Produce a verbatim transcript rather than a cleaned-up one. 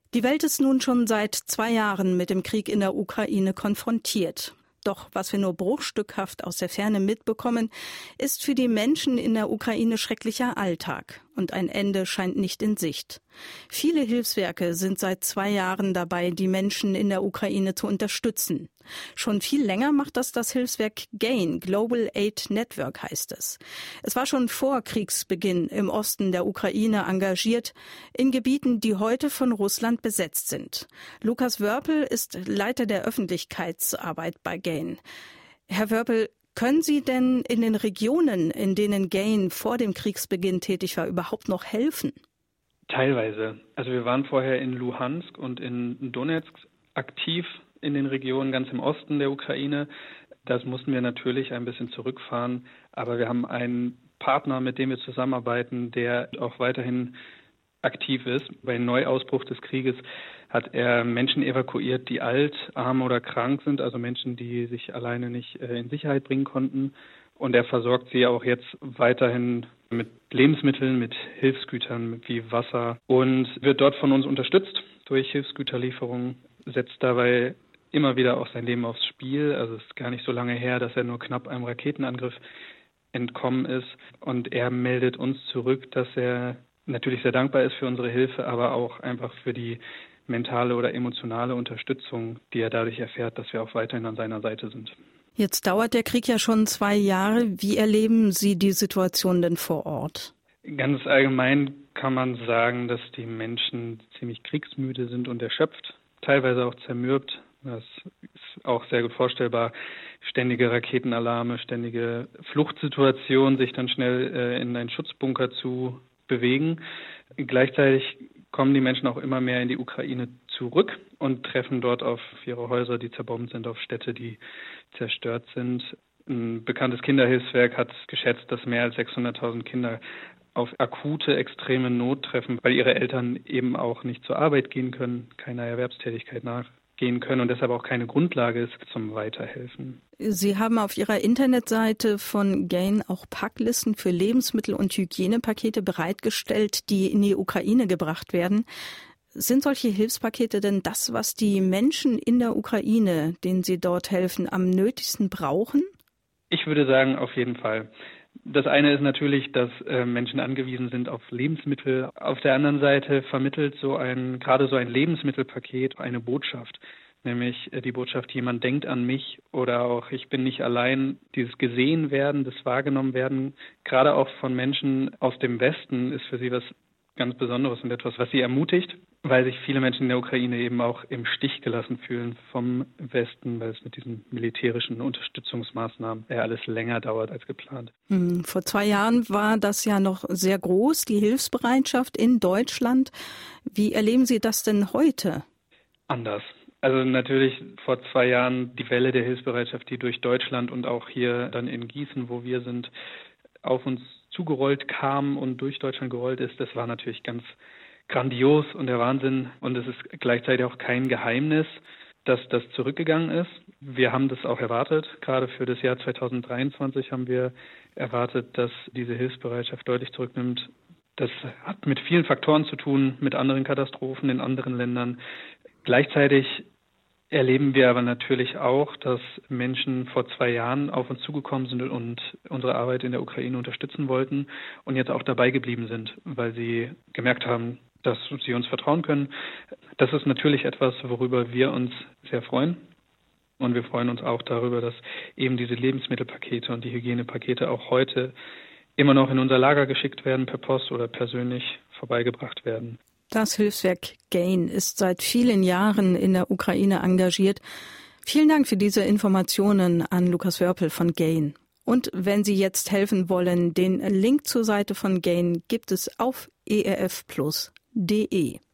Die Welt ist nun schon seit zwei Jahren mit dem Krieg in der Ukraine konfrontiert. Doch was wir nur bruchstückhaft aus der Ferne mitbekommen, ist für die Menschen in der Ukraine schrecklicher Alltag. Und ein Ende scheint nicht in Sicht. Viele Hilfswerke sind seit zwei Jahren dabei, die Menschen in der Ukraine zu unterstützen. Schon viel länger macht das das Hilfswerk GAIN, Global Aid Network heißt es. Es war schon vor Kriegsbeginn im Osten der Ukraine engagiert, in Gebieten, die heute von Russland besetzt sind. Lukas Wörpel ist Leiter der Öffentlichkeitsarbeit bei GAIN. Herr Wörpel, können Sie denn in den Regionen, in denen GAIN vor dem Kriegsbeginn tätig war, überhaupt noch helfen? Teilweise. Also wir waren vorher in Luhansk und in Donetsk aktiv in den Regionen ganz im Osten der Ukraine. Das mussten wir natürlich ein bisschen zurückfahren, aber wir haben einen Partner, mit dem wir zusammenarbeiten, der auch weiterhin aktiv ist. Bei Neuausbruch des Krieges hat er Menschen evakuiert, die alt, arm oder krank sind, also Menschen, die sich alleine nicht in Sicherheit bringen konnten. Und er versorgt sie auch jetzt weiterhin mit Lebensmitteln, mit Hilfsgütern wie Wasser und wird dort von uns unterstützt durch Hilfsgüterlieferungen, setzt dabei immer wieder auch sein Leben aufs Spiel. Also es ist gar nicht so lange her, dass er nur knapp einem Raketenangriff entkommen ist. Und er meldet uns zurück, dass er natürlich sehr dankbar ist für unsere Hilfe, aber auch einfach für die mentale oder emotionale Unterstützung, die er dadurch erfährt, dass wir auch weiterhin an seiner Seite sind. Jetzt dauert der Krieg ja schon zwei Jahre. Wie erleben Sie die Situation denn vor Ort? Ganz allgemein kann man sagen, dass die Menschen ziemlich kriegsmüde sind und erschöpft, teilweise auch zermürbt. Das ist auch sehr gut vorstellbar. Ständige Raketenalarme, ständige Fluchtsituationen, sich dann schnell äh, in einen Schutzbunker zu bewegen. Gleichzeitig kommen die Menschen auch immer mehr in die Ukraine zurück und treffen dort auf ihre Häuser, die zerbombt sind, auf Städte, die zerstört sind. Ein bekanntes Kinderhilfswerk hat geschätzt, dass mehr als sechshunderttausend Kinder auf akute, extreme Not treffen, weil ihre Eltern eben auch nicht zur Arbeit gehen können, keiner Erwerbstätigkeit nachgehen können und deshalb auch keine Grundlage ist zum Weiterhelfen. Sie haben auf Ihrer Internetseite von GAIN auch Packlisten für Lebensmittel und Hygienepakete bereitgestellt, die in die Ukraine gebracht werden. Sind solche Hilfspakete denn das, was die Menschen in der Ukraine, denen Sie dort helfen, am nötigsten brauchen? Ich würde sagen, auf jeden Fall. Das eine ist natürlich, dass äh, Menschen angewiesen sind auf Lebensmittel. Auf der anderen Seite vermittelt so ein, gerade so ein Lebensmittelpaket eine Botschaft. Nämlich äh, die Botschaft, jemand denkt an mich oder auch ich bin nicht allein. Dieses gesehen werden, das wahrgenommen werden, gerade auch von Menschen aus dem Westen, ist für sie was ganz Besonderes und etwas, was sie ermutigt, weil sich viele Menschen in der Ukraine eben auch im Stich gelassen fühlen vom Westen, weil es mit diesen militärischen Unterstützungsmaßnahmen ja alles länger dauert als geplant. Hm, vor zwei Jahren war das ja noch sehr groß, die Hilfsbereitschaft in Deutschland. Wie erleben Sie das denn heute? Anders. Also natürlich vor zwei Jahren die Welle der Hilfsbereitschaft, die durch Deutschland und auch hier dann in Gießen, wo wir sind, auf uns zugerollt kam und durch Deutschland gerollt ist, das war natürlich ganz grandios und der Wahnsinn. Und es ist gleichzeitig auch kein Geheimnis, dass das zurückgegangen ist. Wir haben das auch erwartet. Gerade für das Jahr zweitausenddreiundzwanzig haben wir erwartet, dass diese Hilfsbereitschaft deutlich zurücknimmt. Das hat mit vielen Faktoren zu tun, mit anderen Katastrophen in anderen Ländern. Gleichzeitig erleben wir aber natürlich auch, dass Menschen vor zwei Jahren auf uns zugekommen sind und unsere Arbeit in der Ukraine unterstützen wollten und jetzt auch dabei geblieben sind, weil sie gemerkt haben, dass sie uns vertrauen können. Das ist natürlich etwas, worüber wir uns sehr freuen. Und wir freuen uns auch darüber, dass eben diese Lebensmittelpakete und die Hygienepakete auch heute immer noch in unser Lager geschickt werden, per Post oder persönlich vorbeigebracht werden. Das Hilfswerk GAIN ist seit vielen Jahren in der Ukraine engagiert. Vielen Dank für diese Informationen an Lukas Wörpel von GAIN. Und wenn Sie jetzt helfen wollen, den Link zur Seite von GAIN gibt es auf e r f plus punkt d e.